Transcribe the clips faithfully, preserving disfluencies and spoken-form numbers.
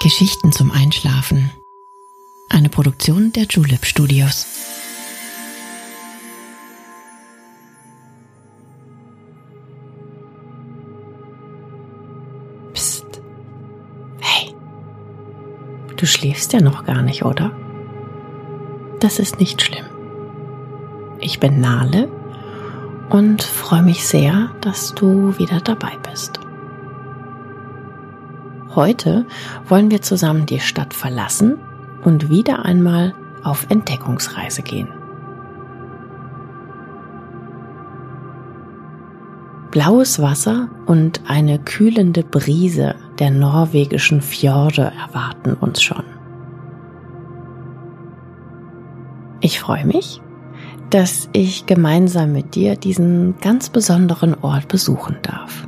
Geschichten zum Einschlafen. Eine Produktion der Julep Studios. Psst. Hey. Du schläfst ja noch gar nicht, oder? Das ist nicht schlimm. Ich bin Nale und freue mich sehr, dass du wieder dabei bist. Heute wollen wir zusammen die Stadt verlassen und wieder einmal auf Entdeckungsreise gehen. Blaues Wasser und eine kühlende Brise der norwegischen Fjorde erwarten uns schon. Ich freue mich, dass ich gemeinsam mit dir diesen ganz besonderen Ort besuchen darf.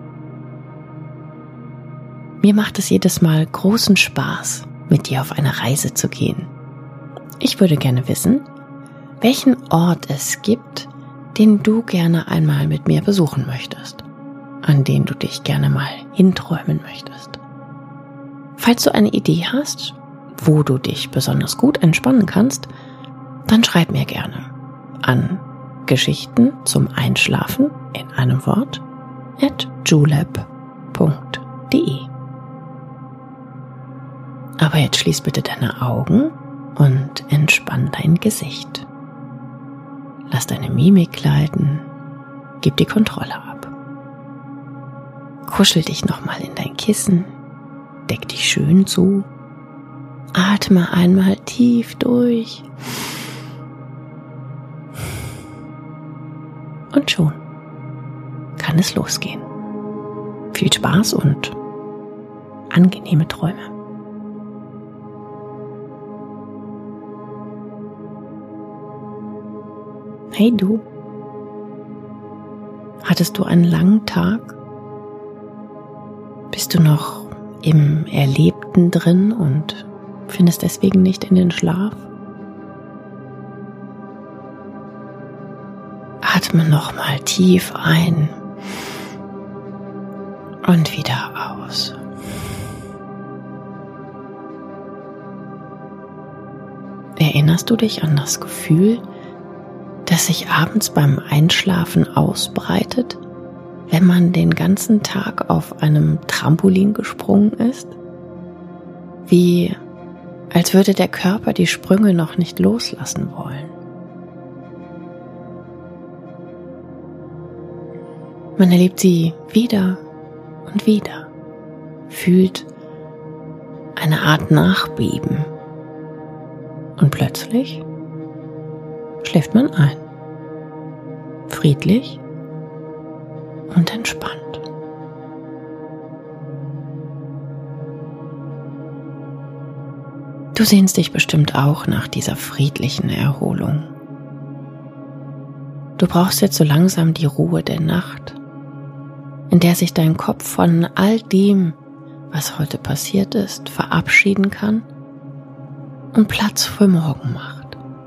Mir macht es jedes Mal großen Spaß, mit dir auf eine Reise zu gehen. Ich würde gerne wissen, welchen Ort es gibt, den du gerne einmal mit mir besuchen möchtest, an den du dich gerne mal hinträumen möchtest. Falls du eine Idee hast, wo du dich besonders gut entspannen kannst, dann schreib mir gerne an Geschichten zum Einschlafen in einem Wort at julep punkt de. Aber jetzt schließ bitte deine Augen und entspann dein Gesicht. Lass deine Mimik gleiten, gib die Kontrolle ab. Kuschel dich nochmal in dein Kissen, deck dich schön zu, atme einmal tief durch und schon kann es losgehen. Viel Spaß und angenehme Träume. Hey du, hattest du einen langen Tag? Bist du noch im Erlebten drin und findest deswegen nicht in den Schlaf? Atme nochmal tief ein und wieder aus. Erinnerst du dich an das Gefühl, das sich abends beim Einschlafen ausbreitet, wenn man den ganzen Tag auf einem Trampolin gesprungen ist? Wie als würde der Körper die Sprünge noch nicht loslassen wollen. Man erlebt sie wieder und wieder, fühlt eine Art Nachbeben und plötzlich schläft man ein, friedlich und entspannt. Du sehnst dich bestimmt auch nach dieser friedlichen Erholung. Du brauchst jetzt so langsam die Ruhe der Nacht, in der sich dein Kopf von all dem, was heute passiert ist, verabschieden kann und Platz für morgen macht.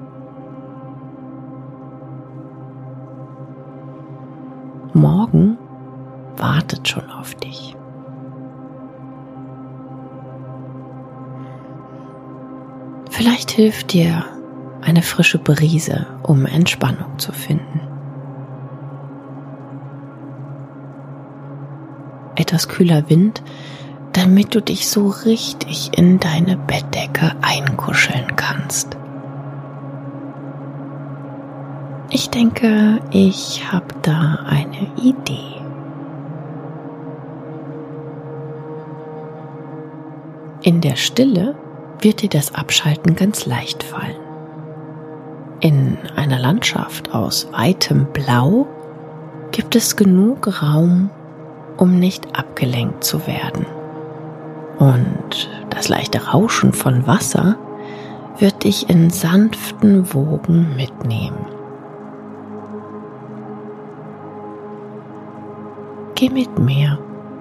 Morgen wartet schon auf dich. Vielleicht hilft dir eine frische Brise, um Entspannung zu finden. Etwas kühler Wind, damit du dich so richtig in deine Bettdecke einkuscheln kannst. Ich denke, ich habe da eine Idee. In der Stille wird dir das Abschalten ganz leicht fallen. In einer Landschaft aus weitem Blau gibt es genug Raum, um nicht abgelenkt zu werden. Und das leichte Rauschen von Wasser wird dich in sanften Wogen mitnehmen. Geh mit mir.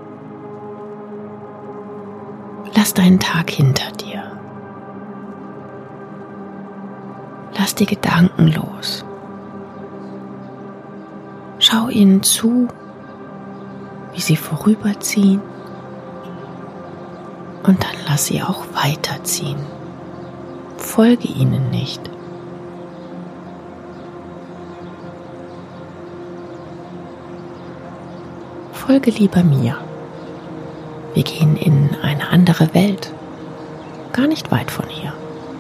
Lass deinen Tag hinter dir. Lass die Gedanken los. Schau ihnen zu, wie sie vorüberziehen Und dann lass sie auch weiterziehen. Folge ihnen nicht. Folge lieber mir. Wir gehen in eine andere Welt, gar nicht weit von hier.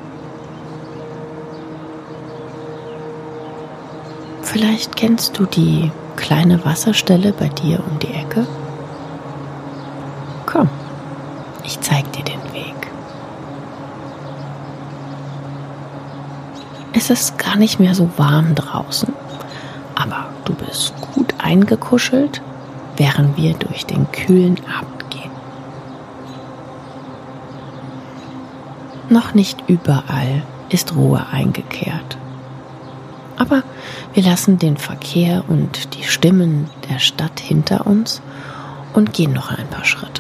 Vielleicht kennst du die kleine Wasserstelle bei dir um die Ecke? Komm, ich zeig dir den Weg. Es ist gar nicht mehr so warm draußen, aber du bist gut eingekuschelt, während wir durch den kühlen Abend gehen. Noch nicht überall ist Ruhe eingekehrt. Aber wir lassen den Verkehr und die Stimmen der Stadt hinter uns und gehen noch ein paar Schritte.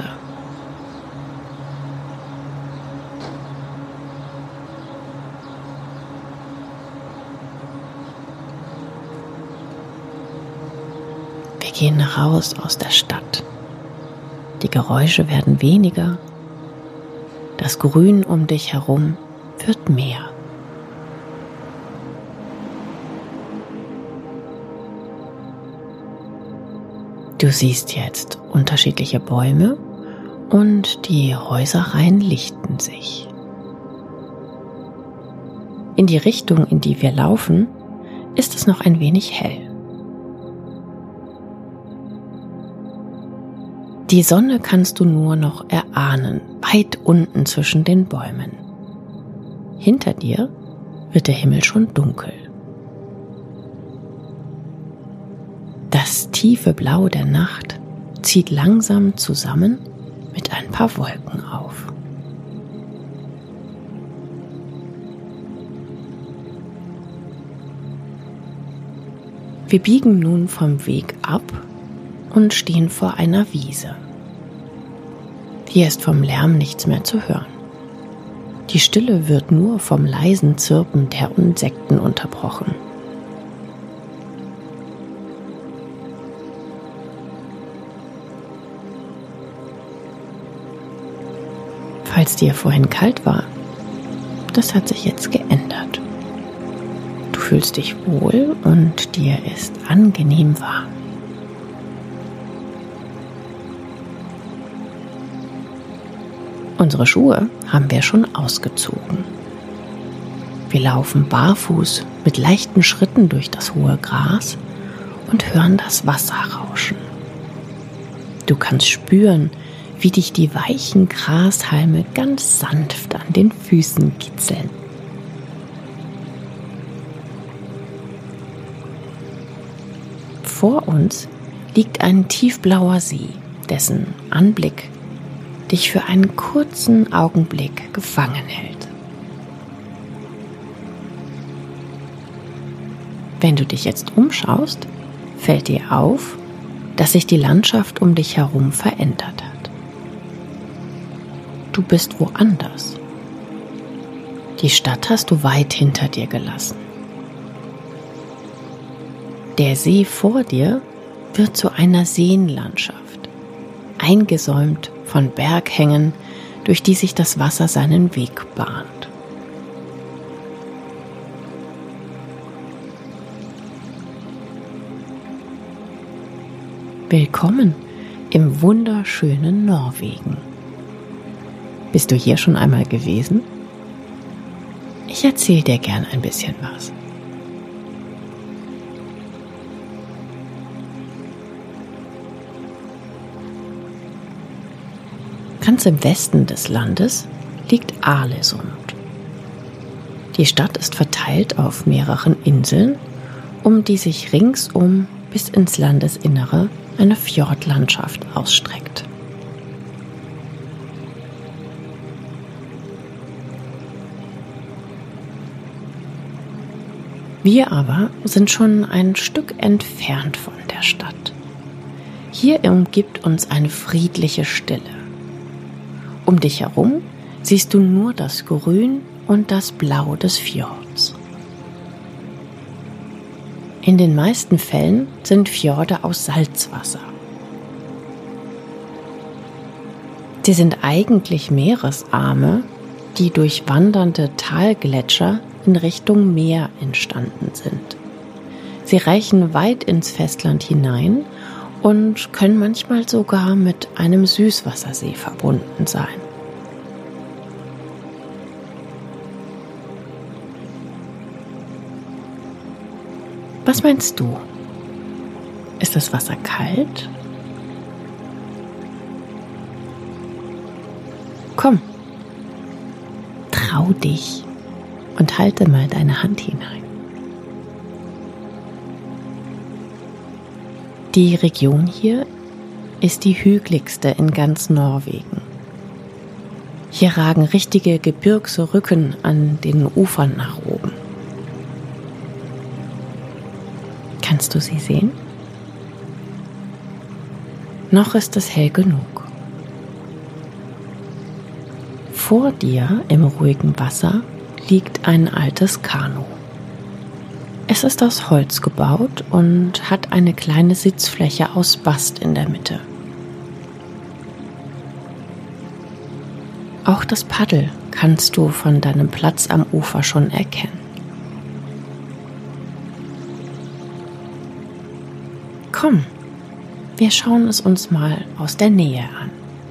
Wir gehen raus aus der Stadt. Die Geräusche werden weniger. Das Grün um dich herum wird mehr. Du siehst jetzt unterschiedliche Bäume und die Häuserreihen lichten sich. In die Richtung, in die wir laufen, ist es noch ein wenig hell. Die Sonne kannst du nur noch erahnen, weit unten zwischen den Bäumen. Hinter dir wird der Himmel schon dunkel. Das tiefe Blau der Nacht zieht langsam zusammen mit ein paar Wolken auf. Wir biegen nun vom Weg ab und stehen vor einer Wiese. Hier ist vom Lärm nichts mehr zu hören. Die Stille wird nur vom leisen Zirpen der Insekten unterbrochen. Falls dir vorhin kalt war, das hat sich jetzt geändert. Du fühlst dich wohl und dir ist angenehm warm. Unsere Schuhe haben wir schon ausgezogen. Wir laufen barfuß mit leichten Schritten durch das hohe Gras und hören das Wasser rauschen. Du kannst spüren, wie dich die weichen Grashalme ganz sanft an den Füßen kitzeln. Vor uns liegt ein tiefblauer See, dessen Anblick dich für einen kurzen Augenblick gefangen hält. Wenn du dich jetzt umschaust, fällt dir auf, dass sich die Landschaft um dich herum verändert hat. Du bist woanders. Die Stadt hast du weit hinter dir gelassen. Der See vor dir wird zu einer Seenlandschaft, eingesäumt von Berghängen, durch die sich das Wasser seinen Weg bahnt. Willkommen im wunderschönen Norwegen. Bist du hier schon einmal gewesen? Ich erzähle dir gern ein bisschen was. Ganz im Westen des Landes liegt Ålesund. Die Stadt ist verteilt auf mehreren Inseln, um die sich ringsum bis ins Landesinnere eine Fjordlandschaft ausstreckt. Wir aber sind schon ein Stück entfernt von der Stadt. Hier umgibt uns eine friedliche Stille. Um dich herum siehst du nur das Grün und das Blau des Fjords. In den meisten Fällen sind Fjorde aus Salzwasser. Sie sind eigentlich Meeresarme, die durch wandernde Talgletscher in Richtung Meer entstanden sind. Sie reichen weit ins Festland hinein und können manchmal sogar mit einem Süßwassersee verbunden sein. Was meinst du? Ist das Wasser kalt? Komm, trau dich und halte mal deine Hand hinein. Die Region hier ist die hügeligste in ganz Norwegen. Hier ragen richtige Gebirgsrücken an den Ufern nach oben. Kannst du sie sehen? Noch ist es hell genug. Vor dir im ruhigen Wasser liegt ein altes Kanu. Es ist aus Holz gebaut und hat eine kleine Sitzfläche aus Bast in der Mitte. Auch das Paddel kannst du von deinem Platz am Ufer schon erkennen. Komm, wir schauen es uns mal aus der Nähe an.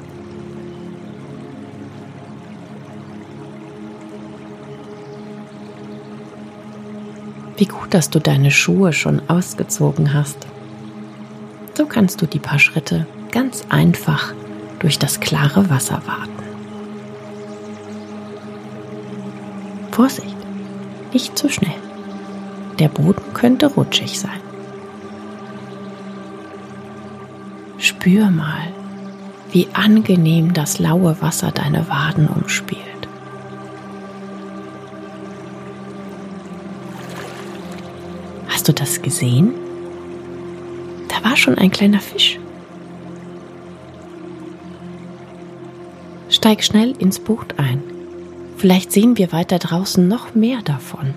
Wie gut, dass du deine Schuhe schon ausgezogen hast. So kannst du die paar Schritte ganz einfach durch das klare Wasser waten. Vorsicht, nicht zu schnell. Der Boden könnte rutschig sein. Spür mal, wie angenehm das laue Wasser deine Waden umspielt. Hast du das gesehen? Da war schon ein kleiner Fisch. Steig schnell ins Boot ein. Vielleicht sehen wir weiter draußen noch mehr davon.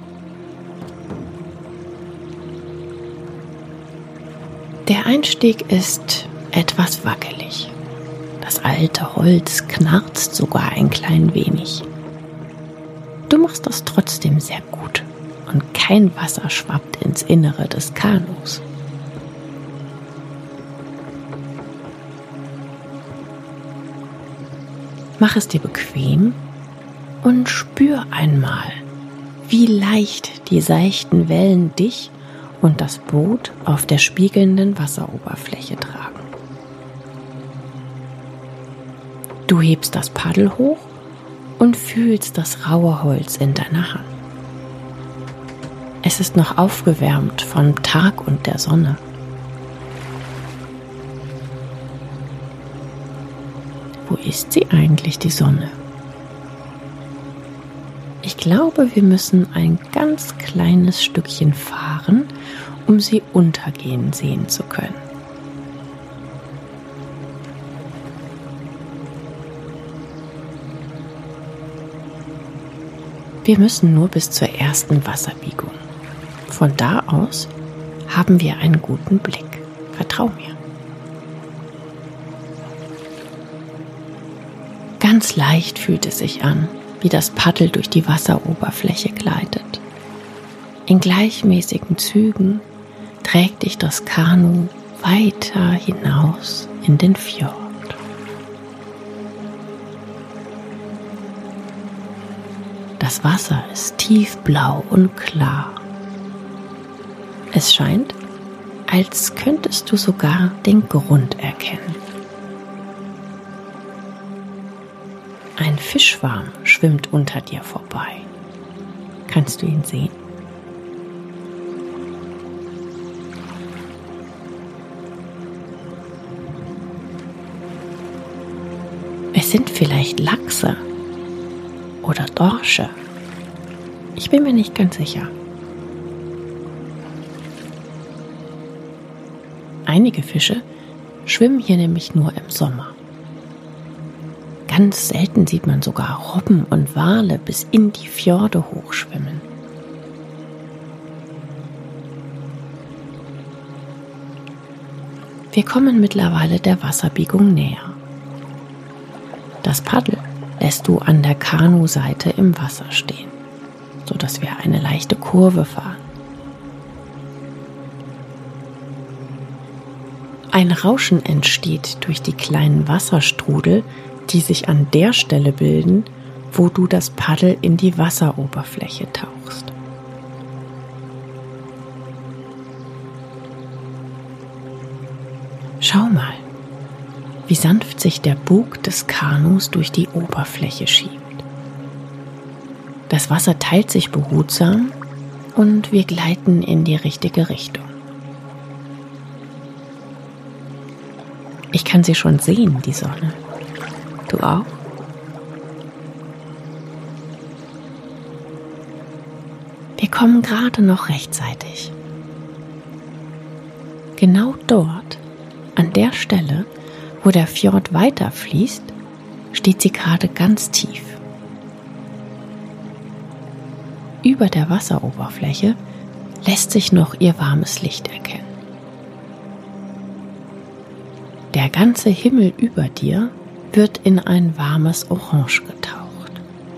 Der Einstieg ist etwas wackelig. Das alte Holz knarzt sogar ein klein wenig. Du machst das trotzdem sehr gut und kein Wasser schwappt ins Innere des Kanus. Mach es dir bequem und spür einmal, wie leicht die seichten Wellen dich und das Boot auf der spiegelnden Wasseroberfläche tragen. Du hebst das Paddel hoch und fühlst das raue Holz in deiner Hand. Es ist noch aufgewärmt vom Tag und der Sonne. Wo ist sie eigentlich, die Sonne? Ich glaube, wir müssen ein ganz kleines Stückchen fahren, um sie untergehen sehen zu können. Wir müssen nur bis zur ersten Wasserbiegung. Von da aus haben wir einen guten Blick. Vertrau mir. Ganz leicht fühlt es sich an, wie das Paddel durch die Wasseroberfläche gleitet. In gleichmäßigen Zügen trägt dich das Kanu weiter hinaus in den Fjord. Das Wasser ist tiefblau und klar. Es scheint, als könntest du sogar den Grund erkennen. Ein Fischschwarm schwimmt unter dir vorbei. Kannst du ihn sehen? Es sind vielleicht Lachse oder Dorsche. Ich bin mir nicht ganz sicher. Einige Fische schwimmen hier nämlich nur im Sommer. Ganz selten sieht man sogar Robben und Wale bis in die Fjorde hochschwimmen. Wir kommen mittlerweile der Wasserbiegung näher. Das Paddel lässt du an der Kanuseite im Wasser stehen, sodass wir eine leichte Kurve fahren. Ein Rauschen entsteht durch die kleinen Wasserstrudel, die sich an der Stelle bilden, wo du das Paddel in die Wasseroberfläche tauchst. Schau mal, wie sanft sich der Bug des Kanus durch die Oberfläche schiebt. Das Wasser teilt sich behutsam und wir gleiten in die richtige Richtung. Ich kann sie schon sehen, die Sonne. Du auch? Wir kommen gerade noch rechtzeitig. Genau dort, an der Stelle, wo der Fjord weiterfließt, steht sie gerade ganz tief. Über der Wasseroberfläche lässt sich noch ihr warmes Licht erkennen. Der ganze Himmel über dir wird in ein warmes Orange getaucht.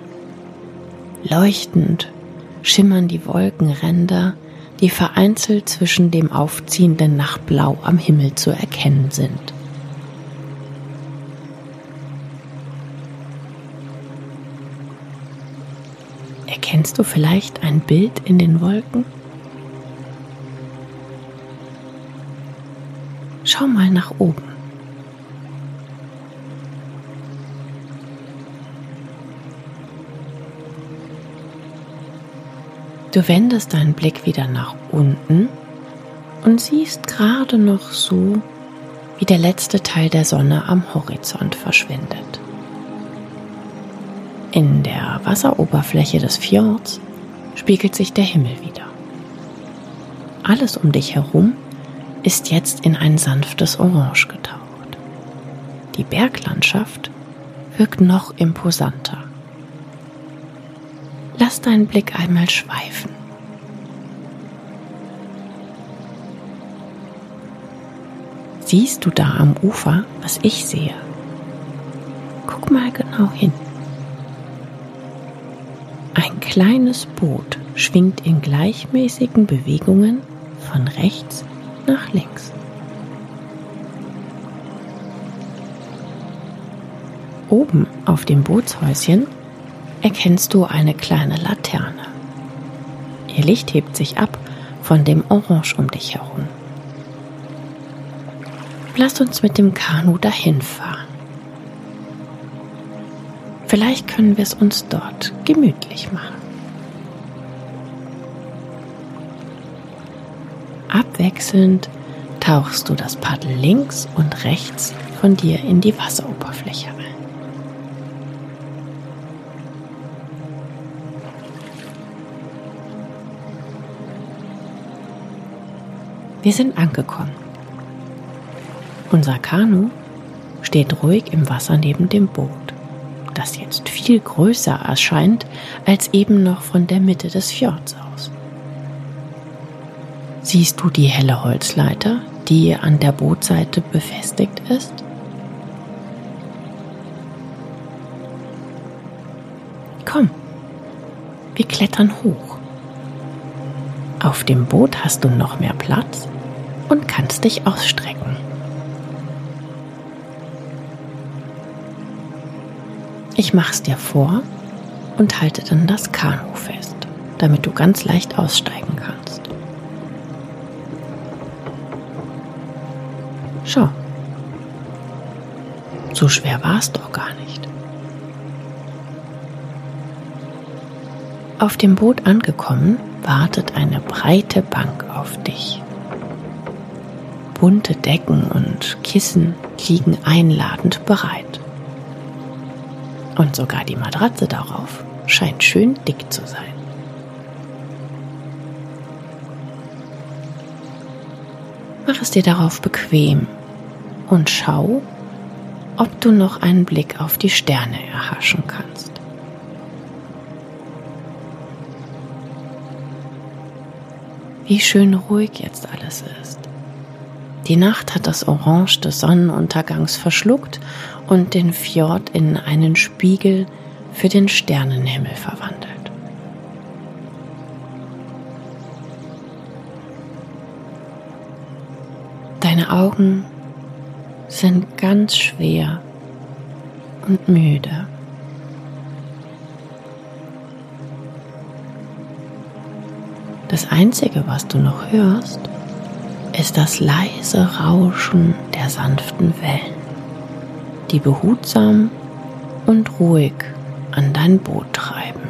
Leuchtend schimmern die Wolkenränder, die vereinzelt zwischen dem aufziehenden Nachtblau am Himmel zu erkennen sind. Erkennst du vielleicht ein Bild in den Wolken? Schau mal nach oben. Du wendest deinen Blick wieder nach unten und siehst gerade noch so, wie der letzte Teil der Sonne am Horizont verschwindet. In der Wasseroberfläche des Fjords spiegelt sich der Himmel wieder. Alles um dich herum ist jetzt in ein sanftes Orange getaucht. Die Berglandschaft wirkt noch imposanter. Lass deinen Blick einmal schweifen. Siehst du da am Ufer, was ich sehe? Guck mal genau hin. Ein kleines Boot schwingt in gleichmäßigen Bewegungen von rechts nach links. Oben auf dem Bootshäuschen erkennst du eine kleine Laterne. Ihr Licht hebt sich ab von dem Orange um dich herum. Lass uns mit dem Kanu dahin fahren. Vielleicht können wir es uns dort gemütlich machen. Abwechselnd tauchst du das Paddel links und rechts von dir in die Wasseroberfläche ein. Wir sind angekommen. Unser Kanu steht ruhig im Wasser neben dem Boot, das jetzt viel größer erscheint als eben noch von der Mitte des Fjords aus. Siehst du die helle Holzleiter, die an der Bootseite befestigt ist? Komm, wir klettern hoch. Auf dem Boot hast du noch mehr Platz und kannst dich ausstrecken. Ich mach's dir vor und halte dann das Kanu fest, damit du ganz leicht aussteigen kannst. Schau, so schwer war es doch gar nicht. Auf dem Boot angekommen, wartet eine breite Bank auf dich. Bunte Decken und Kissen liegen einladend bereit. Und sogar die Matratze darauf scheint schön dick zu sein. Mach es dir darauf bequem und schau, ob du noch einen Blick auf die Sterne erhaschen kannst. Wie schön ruhig jetzt alles ist. Die Nacht hat das Orange des Sonnenuntergangs verschluckt und den Fjord in einen Spiegel für den Sternenhimmel verwandelt. Deine Augen sind ganz schwer und müde. Das Einzige, was du noch hörst, ist das leise Rauschen der sanften Wellen, die behutsam und ruhig an dein Boot treiben.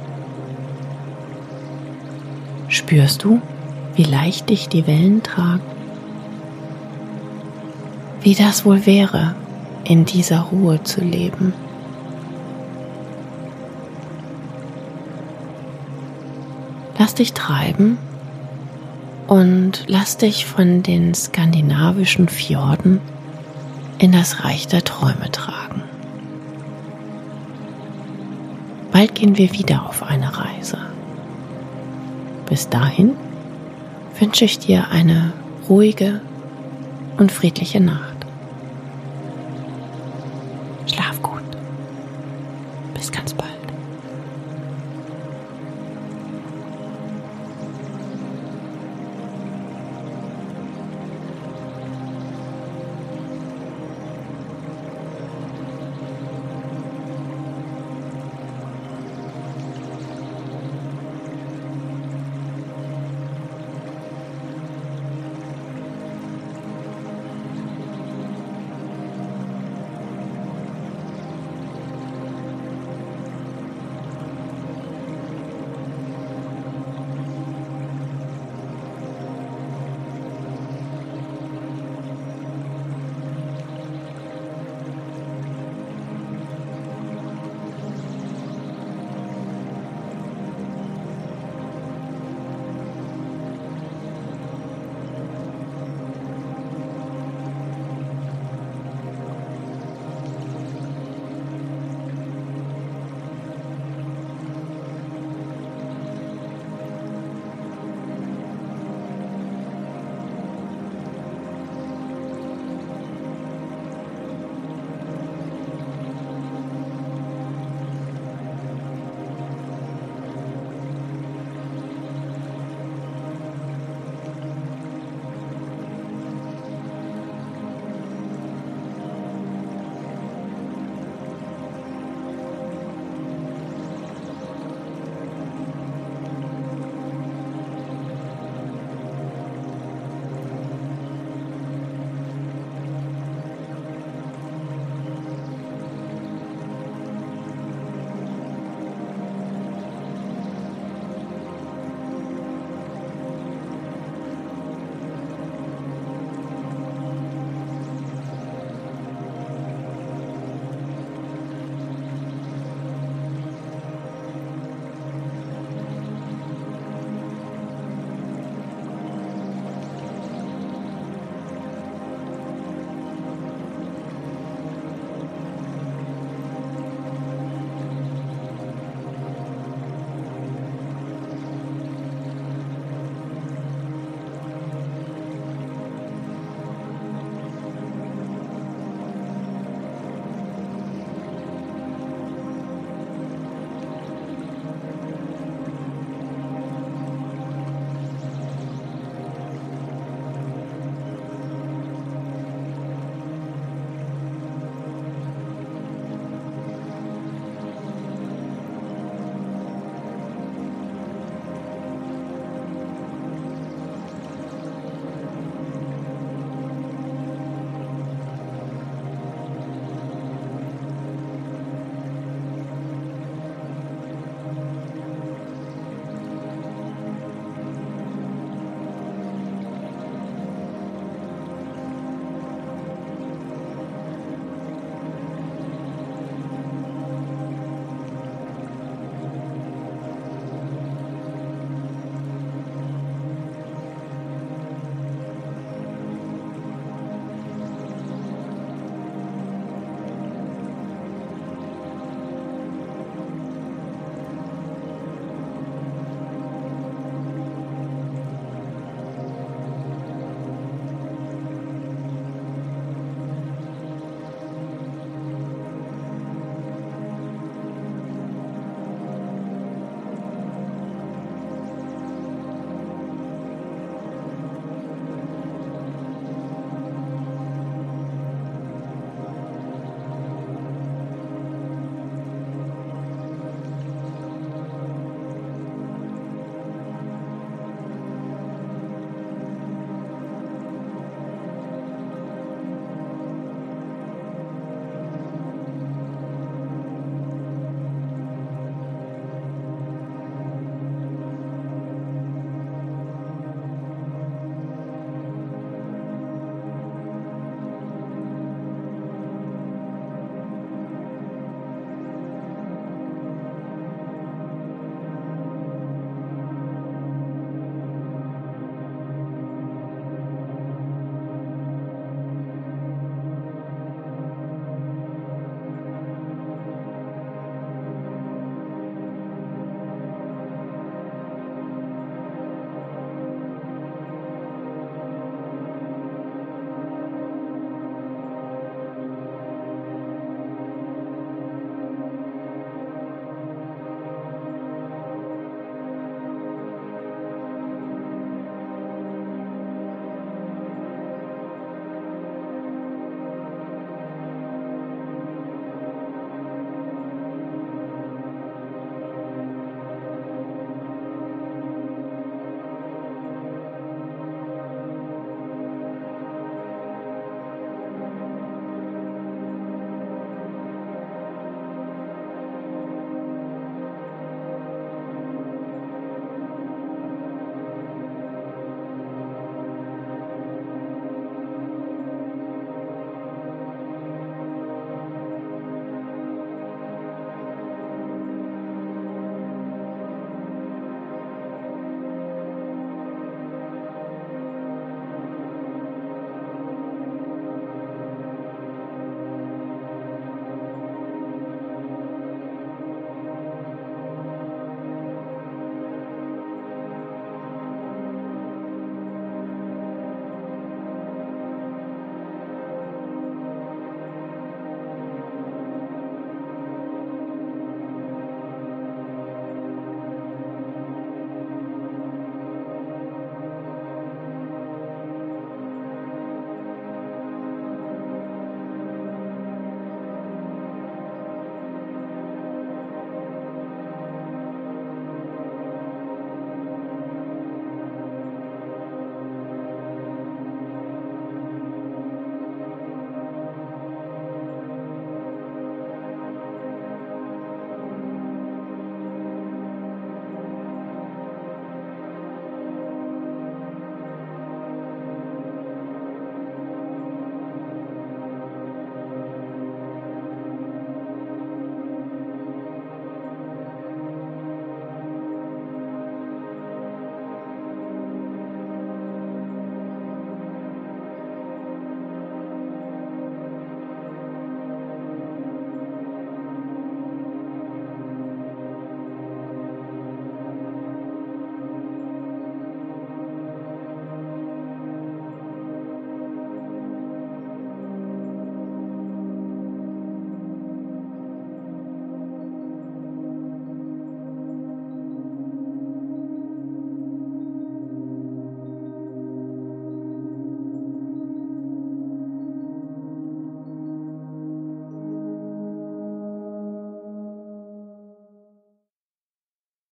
Spürst du, wie leicht dich die Wellen tragen? Wie das wohl wäre, in dieser Ruhe zu leben. Lass dich treiben und lass dich von den skandinavischen Fjorden in das Reich der Träume tragen. Bald gehen wir wieder auf eine Reise. Bis dahin wünsche ich dir eine ruhige und friedliche Nacht. Schlaf gut. Bis ganz bald.